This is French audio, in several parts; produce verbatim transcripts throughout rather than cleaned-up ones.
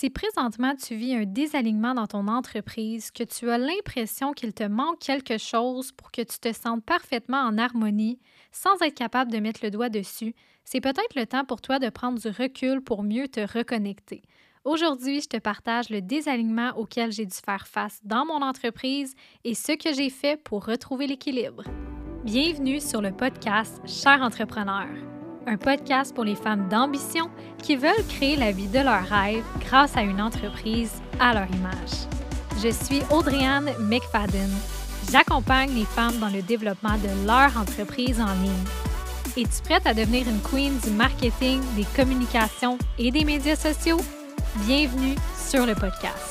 Si présentement tu vis un désalignement dans ton entreprise, que tu as l'impression qu'il te manque quelque chose pour que tu te sentes parfaitement en harmonie sans être capable de mettre le doigt dessus, c'est peut-être le temps pour toi de prendre du recul pour mieux te reconnecter. Aujourd'hui, je te partage le désalignement auquel j'ai dû faire face dans mon entreprise et ce que j'ai fait pour retrouver l'équilibre. Bienvenue sur le podcast Cher entrepreneur, un podcast pour les femmes d'ambition qui veulent créer la vie de leurs rêves grâce à une entreprise à leur image. Je suis Audrey-Anne McFadden. J'accompagne les femmes dans le développement de leur entreprise en ligne. Es-tu prête à devenir une queen du marketing, des communications et des médias sociaux? Bienvenue sur le podcast.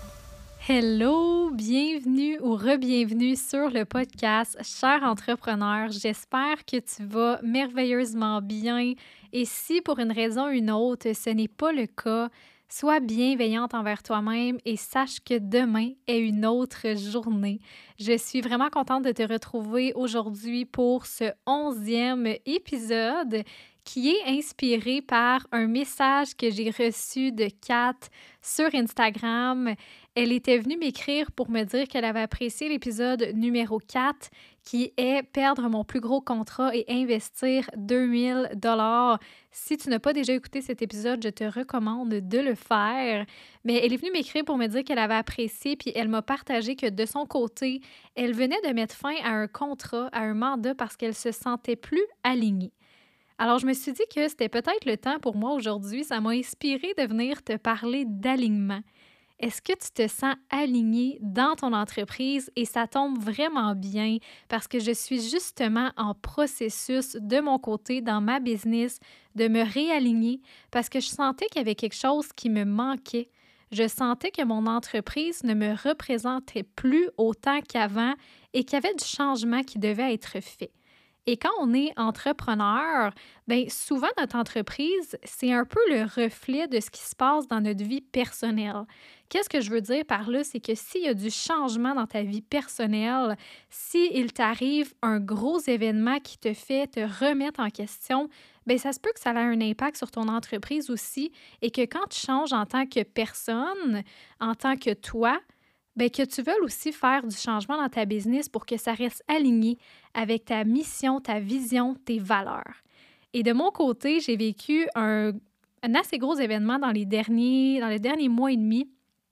Hello, bienvenue ou re-bienvenue sur le podcast Cher entrepreneur. J'espère que tu vas merveilleusement bien et si pour une raison ou une autre ce n'est pas le cas, sois bienveillante envers toi-même et sache que demain est une autre journée. Je suis vraiment contente de te retrouver aujourd'hui pour ce onzième épisode qui est inspiré par un message que j'ai reçu de Kat sur Instagram. Elle était venue m'écrire pour me dire qu'elle avait apprécié l'épisode numéro quatre qui est « Perdre mon plus gros contrat et investir deux mille dollars ». Si tu n'as pas déjà écouté cet épisode, je te recommande de le faire. Mais elle est venue m'écrire pour me dire qu'elle avait apprécié puis elle m'a partagé que de son côté, elle venait de mettre fin à un contrat, à un mandat parce qu'elle se sentait plus alignée. Alors, je me suis dit que c'était peut-être le temps pour moi aujourd'hui. Ça m'a inspiré de venir te parler d'alignement. Est-ce que tu te sens aligné dans ton entreprise? Et ça tombe vraiment bien parce que je suis justement en processus de mon côté, dans ma business, de me réaligner parce que je sentais qu'il y avait quelque chose qui me manquait. Je sentais que mon entreprise ne me représentait plus autant qu'avant et qu'il y avait du changement qui devait être fait. Et quand on est entrepreneur, bien souvent notre entreprise, c'est un peu le reflet de ce qui se passe dans notre vie personnelle. Qu'est-ce que je veux dire par là? C'est que s'il y a du changement dans ta vie personnelle, s'il t'arrive un gros événement qui te fait te remettre en question, bien ça se peut que ça ait un impact sur ton entreprise aussi et que quand tu changes en tant que personne, en tant que toi, bien, que tu veuilles aussi faire du changement dans ta business pour que ça reste aligné avec ta mission, ta vision, tes valeurs. Et de mon côté, j'ai vécu un, un assez gros événement dans les derniers, dans les derniers mois et demi.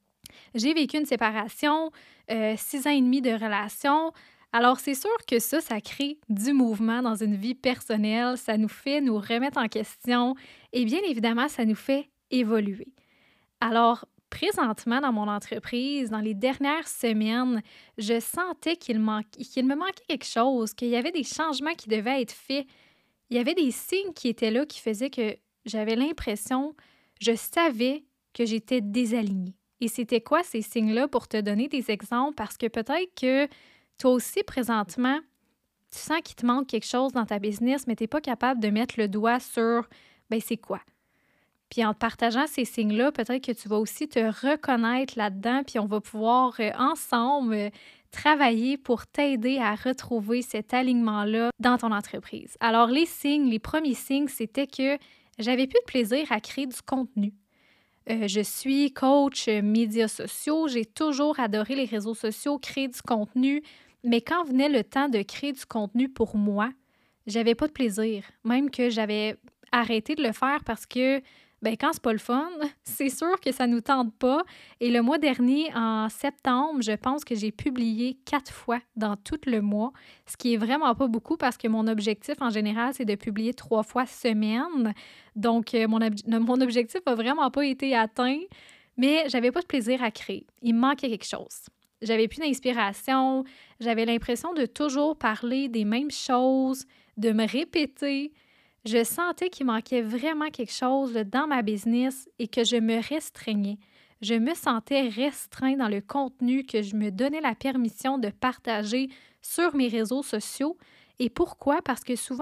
J'ai vécu une séparation, euh, six ans et demi de relation. Alors, c'est sûr que ça, ça crée du mouvement dans une vie personnelle. Ça nous fait nous remettre en question et bien évidemment, ça nous fait évoluer. Alors, présentement, dans mon entreprise, dans les dernières semaines, je sentais qu'il, manque, qu'il me manquait quelque chose, qu'il y avait des changements qui devaient être faits. Il y avait des signes qui étaient là qui faisaient que j'avais l'impression, je savais que j'étais désalignée. Et c'était quoi ces signes-là pour te donner des exemples? Parce que peut-être que toi aussi, présentement, tu sens qu'il te manque quelque chose dans ta business, mais tu n'es pas capable de mettre le doigt sur, bien, c'est quoi? Puis en te partageant ces signes-là, peut-être que tu vas aussi te reconnaître là-dedans, puis on va pouvoir euh, ensemble euh, travailler pour t'aider à retrouver cet alignement-là dans ton entreprise. Alors les signes, les premiers signes, c'était que j'avais plus de plaisir à créer du contenu. Euh, je suis coach euh, médias sociaux, j'ai toujours adoré les réseaux sociaux, créer du contenu, mais quand venait le temps de créer du contenu pour moi, j'avais pas de plaisir, même que j'avais arrêté de le faire parce que ben quand c'est pas le fun, c'est sûr que ça nous tente pas. Et le mois dernier, en septembre, je pense que j'ai publié quatre fois dans tout le mois, ce qui est vraiment pas beaucoup parce que mon objectif en général, c'est de publier trois fois semaine. Donc, euh, mon, ob- mon objectif a vraiment pas été atteint, mais j'avais pas de plaisir à créer. Il me manquait quelque chose. J'avais plus d'inspiration, j'avais l'impression de toujours parler des mêmes choses, de me répéter. Je sentais qu'il manquait vraiment quelque chose dans ma business et que je me restreignais. Je me sentais restreint dans le contenu que je me donnais la permission de partager sur mes réseaux sociaux. Et pourquoi? Parce que souvent,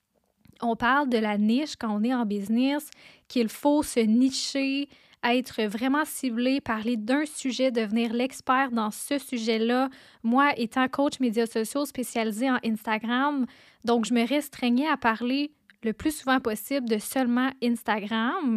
on parle de la niche quand on est en business, qu'il faut se nicher, être vraiment ciblé, parler d'un sujet, devenir l'expert dans ce sujet-là. Moi, étant coach médias sociaux spécialisé en Instagram, donc je me restreignais à parler le plus souvent possible de seulement Instagram.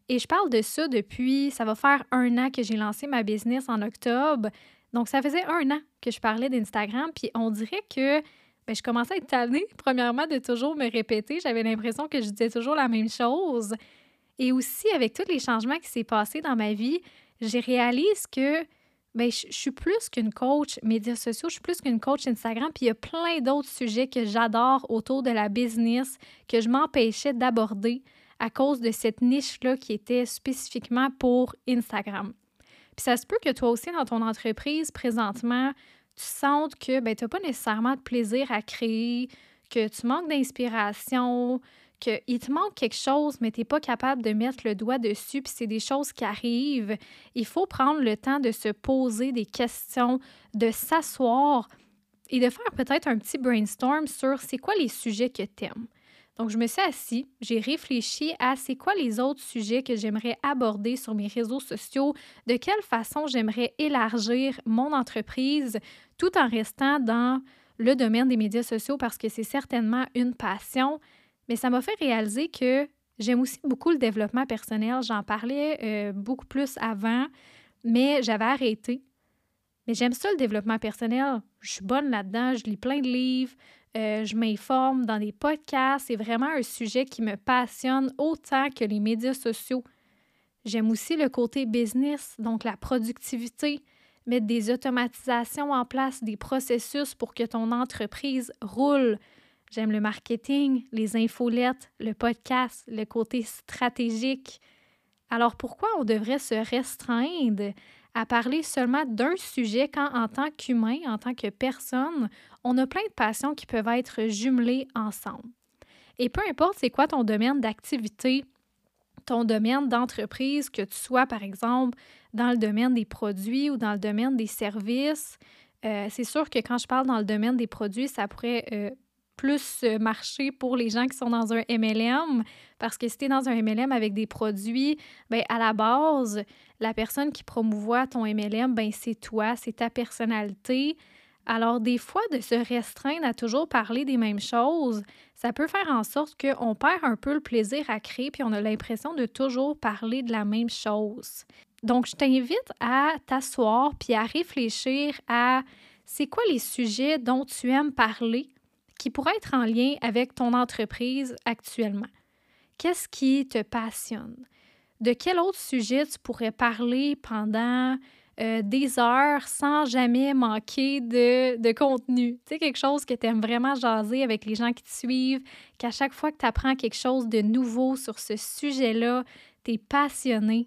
Et je parle de ça depuis, ça va faire un an que j'ai lancé ma business en octobre. Donc, ça faisait un an que je parlais d'Instagram, puis on dirait que ben, je commençais à être tannée, premièrement, de toujours me répéter. J'avais l'impression que je disais toujours la même chose. Et aussi, avec tous les changements qui s'est passés dans ma vie, j'ai réalisé que ben, je, je suis plus qu'une coach médias sociaux, je suis plus qu'une coach Instagram, puis il y a plein d'autres sujets que j'adore autour de la business que je m'empêchais d'aborder à cause de cette niche-là qui était spécifiquement pour Instagram. Puis ça se peut que toi aussi, dans ton entreprise, présentement, tu sentes que ben, tu n'as pas nécessairement de plaisir à créer, que tu manques d'inspiration, qu'il te manque quelque chose, mais tu n'es pas capable de mettre le doigt dessus, puis c'est des choses qui arrivent. Il faut prendre le temps de se poser des questions, de s'asseoir et de faire peut-être un petit brainstorm sur c'est quoi les sujets que tu aimes. Donc, je me suis assise, j'ai réfléchi à c'est quoi les autres sujets que j'aimerais aborder sur mes réseaux sociaux, de quelle façon j'aimerais élargir mon entreprise tout en restant dans le domaine des médias sociaux parce que c'est certainement une passion. Mais ça m'a fait réaliser que j'aime aussi beaucoup le développement personnel. J'en parlais euh, beaucoup plus avant, mais j'avais arrêté. Mais j'aime ça, le développement personnel. Je suis bonne là-dedans, je lis plein de livres, euh, je m'informe dans des podcasts. C'est vraiment un sujet qui me passionne autant que les médias sociaux. J'aime aussi le côté business, donc la productivité, mettre des automatisations en place, des processus pour que ton entreprise roule. J'aime le marketing, les infolettes, le podcast, le côté stratégique. Alors pourquoi on devrait se restreindre à parler seulement d'un sujet quand en tant qu'humain, en tant que personne, on a plein de passions qui peuvent être jumelées ensemble? Et peu importe c'est quoi ton domaine d'activité, ton domaine d'entreprise, que tu sois par exemple dans le domaine des produits ou dans le domaine des services, euh, c'est sûr que quand je parle dans le domaine des produits, ça pourrait euh, plus euh, marcher pour les gens qui sont dans un M L M, parce que si tu es dans un M L M avec des produits, bien, à la base, la personne qui promouvoit ton M L M, bien, c'est toi, c'est ta personnalité. Alors, des fois, de se restreindre à toujours parler des mêmes choses, ça peut faire en sorte qu'on perd un peu le plaisir à créer, puis on a l'impression de toujours parler de la même chose. Donc, je t'invite à t'asseoir puis à réfléchir à c'est quoi les sujets dont tu aimes parler qui pourraient être en lien avec ton entreprise actuellement. Qu'est-ce qui te passionne? De quel autre sujet tu pourrais parler pendant euh, des heures sans jamais manquer de, de contenu? Tu sais, quelque chose que tu aimes vraiment jaser avec les gens qui te suivent, qu'à chaque fois que tu apprends quelque chose de nouveau sur ce sujet-là, tu es passionné.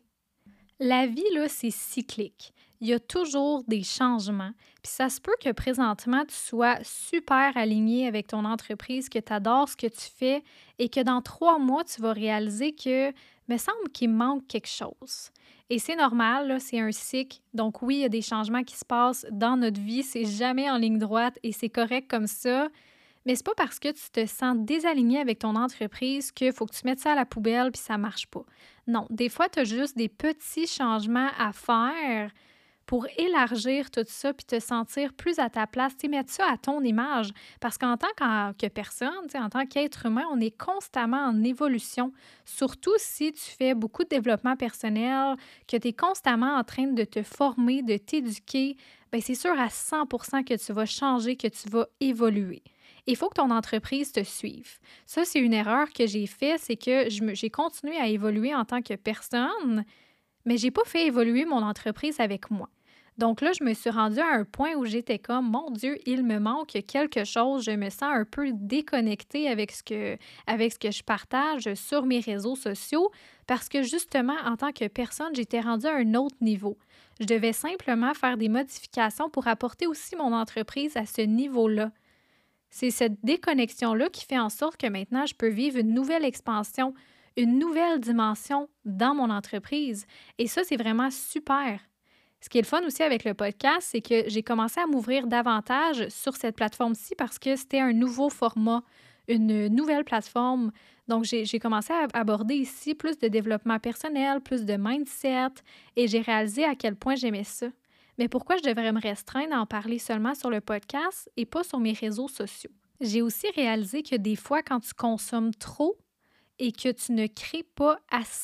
La vie, là, c'est cyclique. Il y a toujours des changements. Puis ça se peut que présentement, tu sois super aligné avec ton entreprise, que tu adores ce que tu fais et que dans trois mois, tu vas réaliser que, me semble qu'il manque quelque chose. Et c'est normal, là, c'est un cycle. Donc oui, il y a des changements qui se passent dans notre vie. C'est jamais en ligne droite et c'est correct comme ça. Mais c'est pas parce que tu te sens désaligné avec ton entreprise qu'il faut que tu mettes ça à la poubelle puis ça marche pas. Non, des fois, tu as juste des petits changements à faire pour élargir tout ça puis te sentir plus à ta place, tu sais, mettre ça à ton image. Parce qu'en tant qu'en- que personne, tu sais, en tant qu'être humain, on est constamment en évolution. Surtout si tu fais beaucoup de développement personnel, que tu es constamment en train de te former, de t'éduquer, bien, c'est sûr à cent pour cent que tu vas changer, que tu vas évoluer. Il faut que ton entreprise te suive. Ça, c'est une erreur que j'ai faite, c'est que je me- j'ai continué à évoluer en tant que personne, mais j'ai pas fait évoluer mon entreprise avec moi. Donc là, je me suis rendue à un point où j'étais comme, mon Dieu, il me manque quelque chose. Je me sens un peu déconnectée avec ce que, avec ce que je partage sur mes réseaux sociaux parce que justement, en tant que personne, j'étais rendue à un autre niveau. Je devais simplement faire des modifications pour apporter aussi mon entreprise à ce niveau-là. C'est cette déconnexion-là qui fait en sorte que maintenant, je peux vivre une nouvelle expansion, une nouvelle dimension dans mon entreprise. Et ça, c'est vraiment super. Ce qui est le fun aussi avec le podcast, c'est que j'ai commencé à m'ouvrir davantage sur cette plateforme-ci parce que c'était un nouveau format, une nouvelle plateforme. Donc, j'ai, j'ai commencé à aborder ici plus de développement personnel, plus de mindset et j'ai réalisé à quel point j'aimais ça. Mais pourquoi je devrais me restreindre à en parler seulement sur le podcast et pas sur mes réseaux sociaux? J'ai aussi réalisé que des fois, quand tu consommes trop et que tu ne crées pas assez,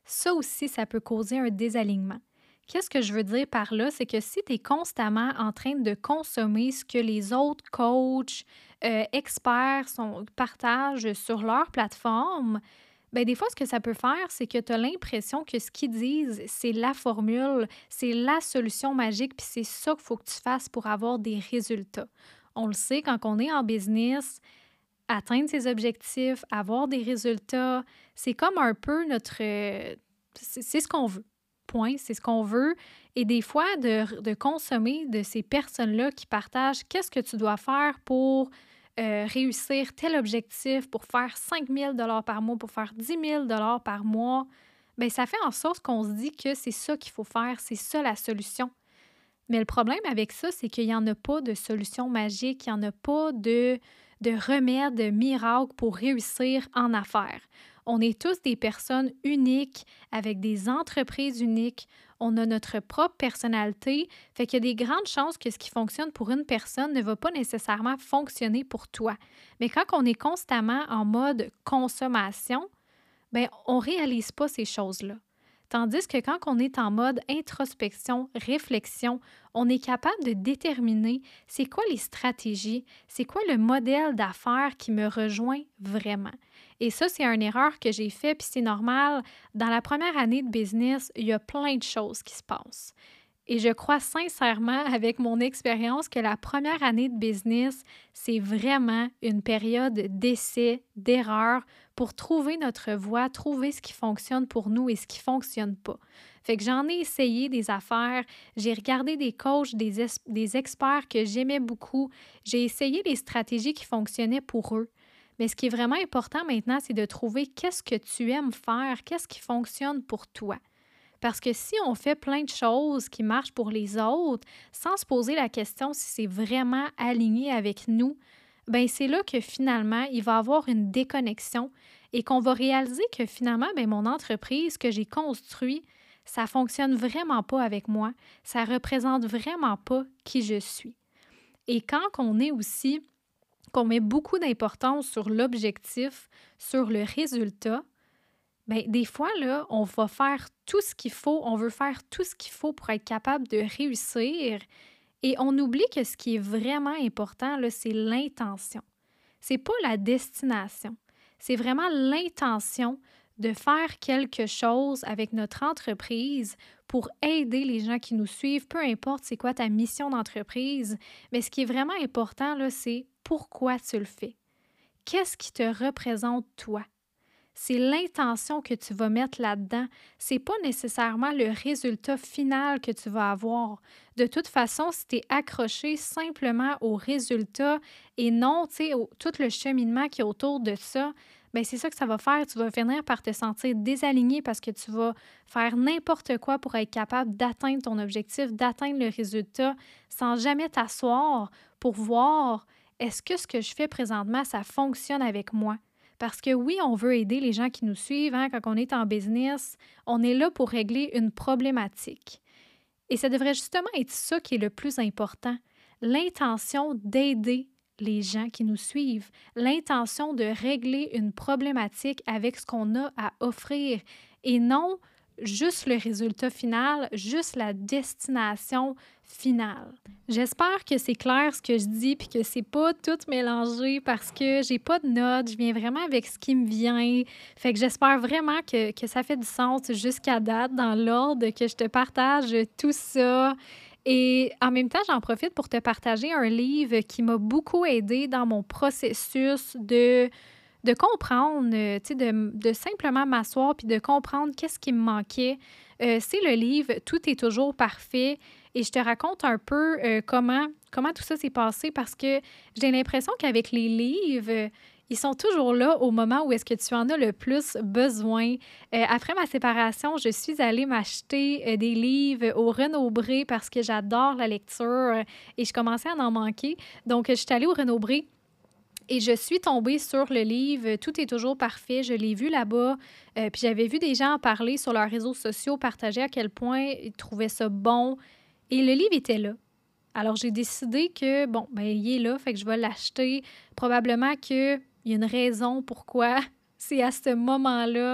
Ça aussi, ça peut causer un désalignement. Qu'est-ce que je veux dire par là? C'est que si tu es constamment en train de consommer ce que les autres coachs, euh, experts sont, partagent sur leur plateforme, ben des fois, ce que ça peut faire, c'est que tu as l'impression que ce qu'ils disent, c'est la formule, c'est la solution magique, puis c'est ça qu'il faut que tu fasses pour avoir des résultats. On le sait, quand on est en business, atteindre ses objectifs, avoir des résultats, c'est comme un peu notre... euh, C'est c'est ce qu'on veut. Point, c'est ce qu'on veut. Et des fois, de, de consommer de ces personnes-là qui partagent qu'est-ce que tu dois faire pour euh, réussir tel objectif, pour faire cinq mille dollars par mois, pour faire dix mille dollars par mois, bien, ça fait en sorte qu'on se dit que c'est ça qu'il faut faire, c'est ça la solution. Mais le problème avec ça, c'est qu'il n'y en a pas de solution magique, il n'y en a pas de, de remède miracle pour réussir en affaires. On est tous des personnes uniques, avec des entreprises uniques. On a notre propre personnalité. Fait qu'il y a des grandes chances que ce qui fonctionne pour une personne ne va pas nécessairement fonctionner pour toi. Mais quand on est constamment en mode consommation, ben on ne réalise pas ces choses-là. Tandis que quand on est en mode introspection, réflexion, on est capable de déterminer c'est quoi les stratégies, c'est quoi le modèle d'affaires qui me rejoint vraiment. Et ça, c'est une erreur que j'ai faite, puis c'est normal. Dans la première année de business, il y a plein de choses qui se passent. Et je crois sincèrement, avec mon expérience, que la première année de business, c'est vraiment une période d'essai, d'erreur pour trouver notre voie, trouver ce qui fonctionne pour nous et ce qui ne fonctionne pas. Fait que j'en ai essayé des affaires, j'ai regardé des coachs, des, es- des experts que j'aimais beaucoup, j'ai essayé les stratégies qui fonctionnaient pour eux. Mais ce qui est vraiment important maintenant, c'est de trouver qu'est-ce que tu aimes faire, qu'est-ce qui fonctionne pour toi. Parce que si on fait plein de choses qui marchent pour les autres, sans se poser la question si c'est vraiment aligné avec nous, ben c'est là que finalement, il va y avoir une déconnexion et qu'on va réaliser que finalement, ben mon entreprise que j'ai construite, ça fonctionne vraiment pas avec moi, ça représente vraiment pas qui je suis. Et quand on est aussi, qu'on met beaucoup d'importance sur l'objectif, sur le résultat, bien, des fois, là, on va faire tout ce qu'il faut, on veut faire tout ce qu'il faut pour être capable de réussir et on oublie que ce qui est vraiment important, là, c'est l'intention. C'est pas la destination. C'est vraiment l'intention de faire quelque chose avec notre entreprise pour aider les gens qui nous suivent, peu importe c'est quoi ta mission d'entreprise, mais ce qui est vraiment important, là, c'est pourquoi tu le fais. Qu'est-ce qui te représente toi? C'est l'intention que tu vas mettre là-dedans. C'est pas nécessairement le résultat final que tu vas avoir. De toute façon, si tu es accroché simplement au résultat et non, tu sais, au- tout le cheminement qui est autour de ça, bien, c'est ça que ça va faire. Tu vas finir par te sentir désaligné parce que tu vas faire n'importe quoi pour être capable d'atteindre ton objectif, d'atteindre le résultat sans jamais t'asseoir pour voir est-ce que ce que je fais présentement, ça fonctionne avec moi? Parce que oui, on veut aider les gens qui nous suivent, hein, quand on est en business, on est là pour régler une problématique. Et ça devrait justement être ça qui est le plus important, l'intention d'aider les gens qui nous suivent, l'intention de régler une problématique avec ce qu'on a à offrir et non juste le résultat final, juste la destination finale. J'espère que c'est clair ce que je dis puis que c'est pas tout mélangé parce que j'ai pas de notes, je viens vraiment avec ce qui me vient. Fait que j'espère vraiment que, que ça fait du sens jusqu'à date dans l'ordre que je te partage tout ça. Et en même temps, j'en profite pour te partager un livre qui m'a beaucoup aidé dans mon processus de de comprendre, euh, tu sais, de, de simplement m'asseoir puis de comprendre qu'est-ce qui me manquait. Euh, c'est le livre Tout est toujours parfait et je te raconte un peu euh, comment, comment tout ça s'est passé parce que j'ai l'impression qu'avec les livres, euh, ils sont toujours là au moment où est-ce que tu en as le plus besoin. Euh, après ma séparation, je suis allée m'acheter euh, des livres au Renaud-Bré parce que j'adore la lecture euh, et je commençais à en manquer. Donc, je suis allée au Renaud-Bré et je suis tombée sur le livre Tout est toujours parfait. Je l'ai vu là-bas. Euh, puis j'avais vu des gens en parler sur leurs réseaux sociaux, partager à quel point ils trouvaient ça bon. Et le livre était là. Alors j'ai décidé que, bon, ben il est là, fait que je vais l'acheter. Probablement qu'il y a une raison pourquoi c'est à ce moment-là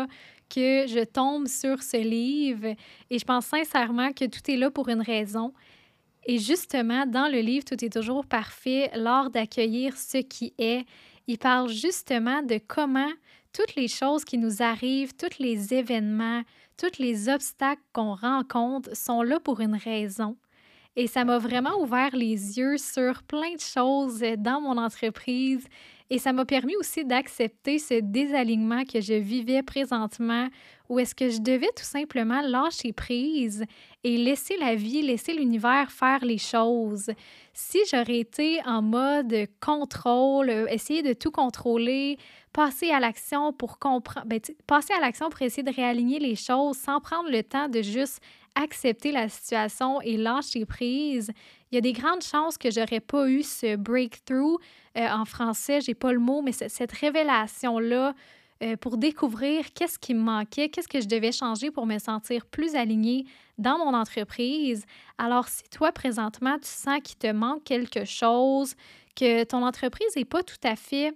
que je tombe sur ce livre et je pense sincèrement que tout est là pour une raison. Et justement, dans le livre Tout est toujours parfait, l'art d'accueillir ce qui est, il parle justement de comment toutes les choses qui nous arrivent, tous les événements, tous les obstacles qu'on rencontre sont là pour une raison. Et ça m'a vraiment ouvert les yeux sur plein de choses dans mon entreprise et ça m'a permis aussi d'accepter ce désalignement que je vivais présentement où est-ce que je devais tout simplement lâcher prise et laisser la vie, laisser l'univers faire les choses. Si j'aurais été en mode contrôle, euh, essayer de tout contrôler, passer à l'action pour comprendre, ben, tu sais, passer à l'action pour essayer de réaligner les choses sans prendre le temps de juste accepter la situation et lâcher prise, il y a des grandes chances que j'aurais pas eu ce breakthrough. Euh, en français, j'ai pas le mot, mais c- cette révélation-là euh, pour découvrir qu'est-ce qui me manquait, qu'est-ce que je devais changer pour me sentir plus alignée dans mon entreprise. Alors, si toi, présentement, tu sens qu'il te manque quelque chose, que ton entreprise n'est pas tout à fait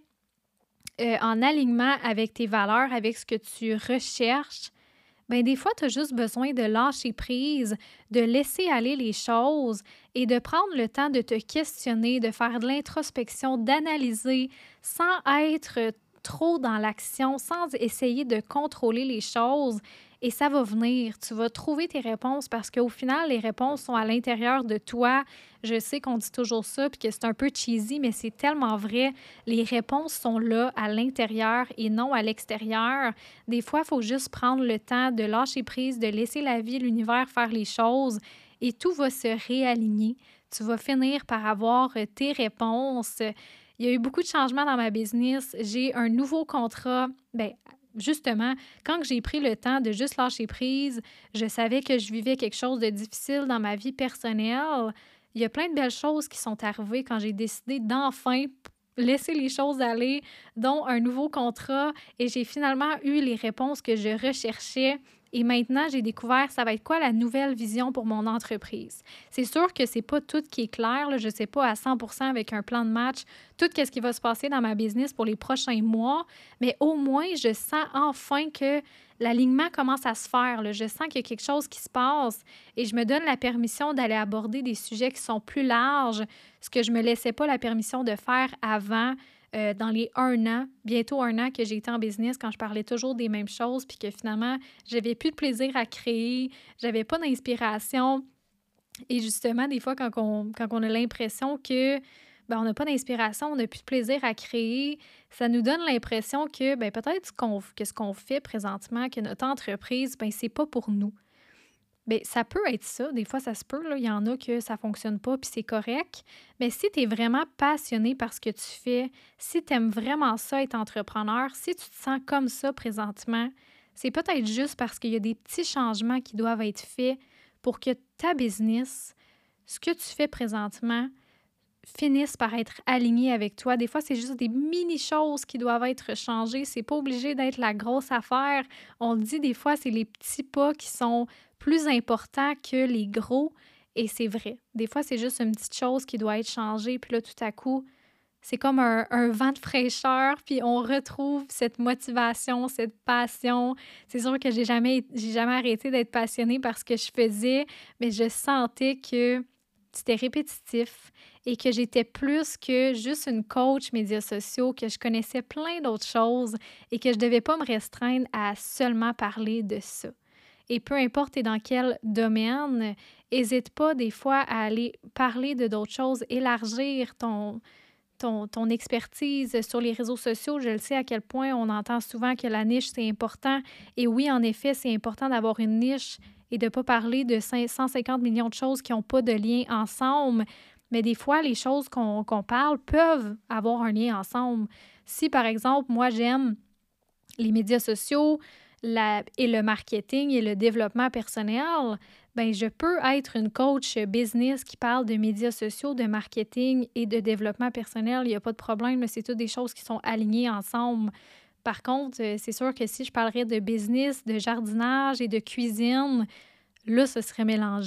euh, en alignement avec tes valeurs, avec ce que tu recherches, ben des fois, tu as juste besoin de lâcher prise, de laisser aller les choses et de prendre le temps de te questionner, de faire de l'introspection, d'analyser sans être trop dans l'action, sans essayer de contrôler les choses. Et ça va venir. Tu vas trouver tes réponses parce qu'au final, les réponses sont à l'intérieur de toi. Je sais qu'on dit toujours ça puis que c'est un peu cheesy, mais c'est tellement vrai. Les réponses sont là à l'intérieur et non à l'extérieur. Des fois, il faut juste prendre le temps de lâcher prise, de laisser la vie, l'univers faire les choses et tout va se réaligner. Tu vas finir par avoir euh, tes réponses. Il y a eu beaucoup de changements dans ma business. J'ai un nouveau contrat. Bien, justement, quand j'ai pris le temps de juste lâcher prise, je savais que je vivais quelque chose de difficile dans ma vie personnelle. Il y a plein de belles choses qui sont arrivées quand j'ai décidé d'enfin laisser les choses aller, dont un nouveau contrat, et j'ai finalement eu les réponses que je recherchais. Et maintenant, j'ai découvert ça va être quoi la nouvelle vision pour mon entreprise. C'est sûr que c'est pas tout qui est clair, là, je sais pas à cent pour cent avec un plan de match tout ce qui va se passer dans ma business pour les prochains mois, mais au moins, je sens enfin que l'alignement commence à se faire, là. Je sens qu'il y a quelque chose qui se passe et je me donne la permission d'aller aborder des sujets qui sont plus larges, ce que je me laissais pas la permission de faire avant, euh, dans les un an, bientôt un an que j'ai été en business, quand je parlais toujours des mêmes choses, puis que finalement, j'avais plus de plaisir à créer, j'avais pas d'inspiration. Et justement, des fois, quand on, quand on a l'impression que ben, on n'a pas d'inspiration, on n'a plus de plaisir à créer, ça nous donne l'impression que ben, peut-être qu'on, que ce qu'on fait présentement, que notre entreprise, ben, c'est pas pour nous. Bien, ça peut être ça. Des fois, ça se peut, là. Il y en a que ça fonctionne pas, puis c'est correct. Mais si tu es vraiment passionné par ce que tu fais, si tu aimes vraiment ça, être entrepreneur, si tu te sens comme ça présentement, c'est peut-être juste parce qu'il y a des petits changements qui doivent être faits pour que ta business, ce que tu fais présentement, finisse par être aligné avec toi. Des fois, c'est juste des mini-choses qui doivent être changées. C'est pas obligé d'être la grosse affaire. On le dit des fois, c'est les petits pas qui sont plus importants que les gros. Et c'est vrai. Des fois, c'est juste une petite chose qui doit être changée. Puis là, tout à coup, c'est comme un, un vent de fraîcheur. Puis on retrouve cette motivation, cette passion. C'est sûr que j'ai jamais, j'ai jamais arrêté d'être passionnée par ce que je faisais, mais je sentais que c'était répétitif et que j'étais plus que juste une coach médias sociaux, que je connaissais plein d'autres choses et que je devais pas me restreindre à seulement parler de ça. Et peu importe t'es dans quel domaine, hésite pas des fois à aller parler de d'autres choses, élargir ton, ton, ton expertise sur les réseaux sociaux. Je le sais à quel point on entend souvent que la niche, c'est important. Et oui, en effet, c'est important d'avoir une niche et de ne pas parler de cinq cent cinquante millions de choses qui n'ont pas de lien ensemble. Mais des fois, les choses qu'on qu'on parle peuvent avoir un lien ensemble. Si, par exemple, moi, j'aime les médias sociaux la, et le marketing et le développement personnel, ben je peux être une coach business qui parle de médias sociaux, de marketing et de développement personnel. Il n'y a pas de problème, là, c'est toutes des choses qui sont alignées ensemble. Par contre, euh, c'est sûr que si je parlerais de business, de jardinage et de cuisine, là, ce serait mélangeant.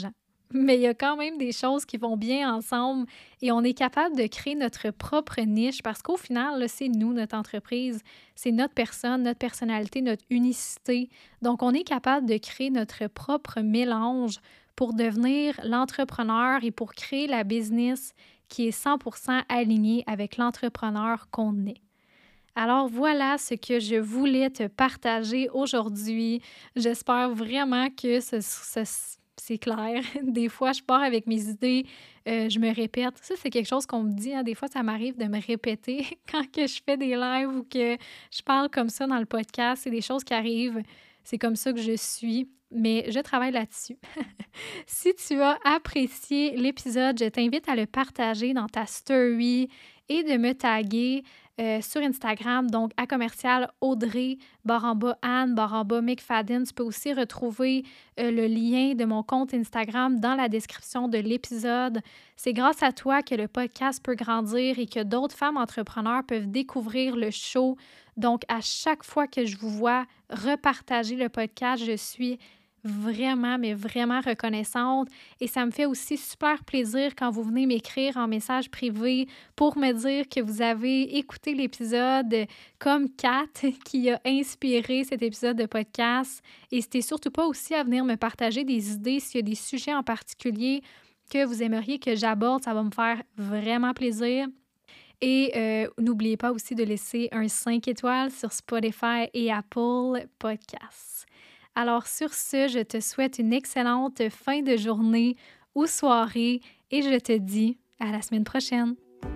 mais il y a quand même des choses qui vont bien ensemble et on est capable de créer notre propre niche parce qu'au final, là, c'est nous, notre entreprise, c'est notre personne, notre personnalité, notre unicité. Donc, on est capable de créer notre propre mélange pour devenir l'entrepreneur et pour créer la business qui est cent pour cent alignée avec l'entrepreneur qu'on est. Alors voilà ce que je voulais te partager aujourd'hui. J'espère vraiment que ce, ce- c'est clair. Des fois, je pars avec mes idées, euh, je me répète. Ça, c'est quelque chose qu'on me dit, hein. Des fois, ça m'arrive de me répéter quand que je fais des lives ou que je parle comme ça dans le podcast. C'est des choses qui arrivent. C'est comme ça que je suis. Mais je travaille là-dessus. Si tu as apprécié l'épisode, je t'invite à le partager dans ta story et de me taguer euh, sur Instagram, donc à commercial Audrey, barre en bas Anne, barre en bas McFadden. Tu peux aussi retrouver euh, le lien de mon compte Instagram dans la description de l'épisode. C'est grâce à toi que le podcast peut grandir et que d'autres femmes entrepreneurs peuvent découvrir le show. Donc, à chaque fois que je vous vois repartager le podcast, je suis vraiment, mais vraiment reconnaissante. Et ça me fait aussi super plaisir quand vous venez m'écrire en message privé pour me dire que vous avez écouté l'épisode comme Kat qui a inspiré cet épisode de podcast. N'hésitez surtout pas aussi à venir me partager des idées s'il y a des sujets en particulier que vous aimeriez que j'aborde. Ça va me faire vraiment plaisir. Et euh, n'oubliez pas aussi de laisser un cinq étoiles sur Spotify et Apple Podcasts. Alors sur ce, je te souhaite une excellente fin de journée ou soirée et je te dis à la semaine prochaine.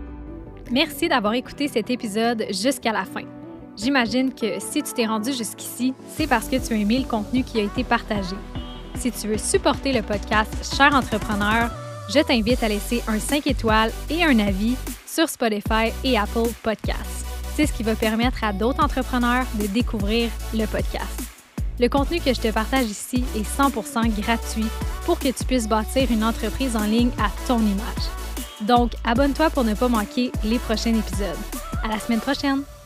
Merci d'avoir écouté cet épisode jusqu'à la fin. J'imagine que si tu t'es rendu jusqu'ici, c'est parce que tu as aimé le contenu qui a été partagé. Si tu veux supporter le podcast Cher Entrepreneur, je t'invite à laisser un cinq étoiles et un avis sur Spotify et Apple Podcasts. C'est ce qui va permettre à d'autres entrepreneurs de découvrir le podcast. Le contenu que je te partage ici est cent pour cent gratuit pour que tu puisses bâtir une entreprise en ligne à ton image. Donc, abonne-toi pour ne pas manquer les prochains épisodes. À la semaine prochaine!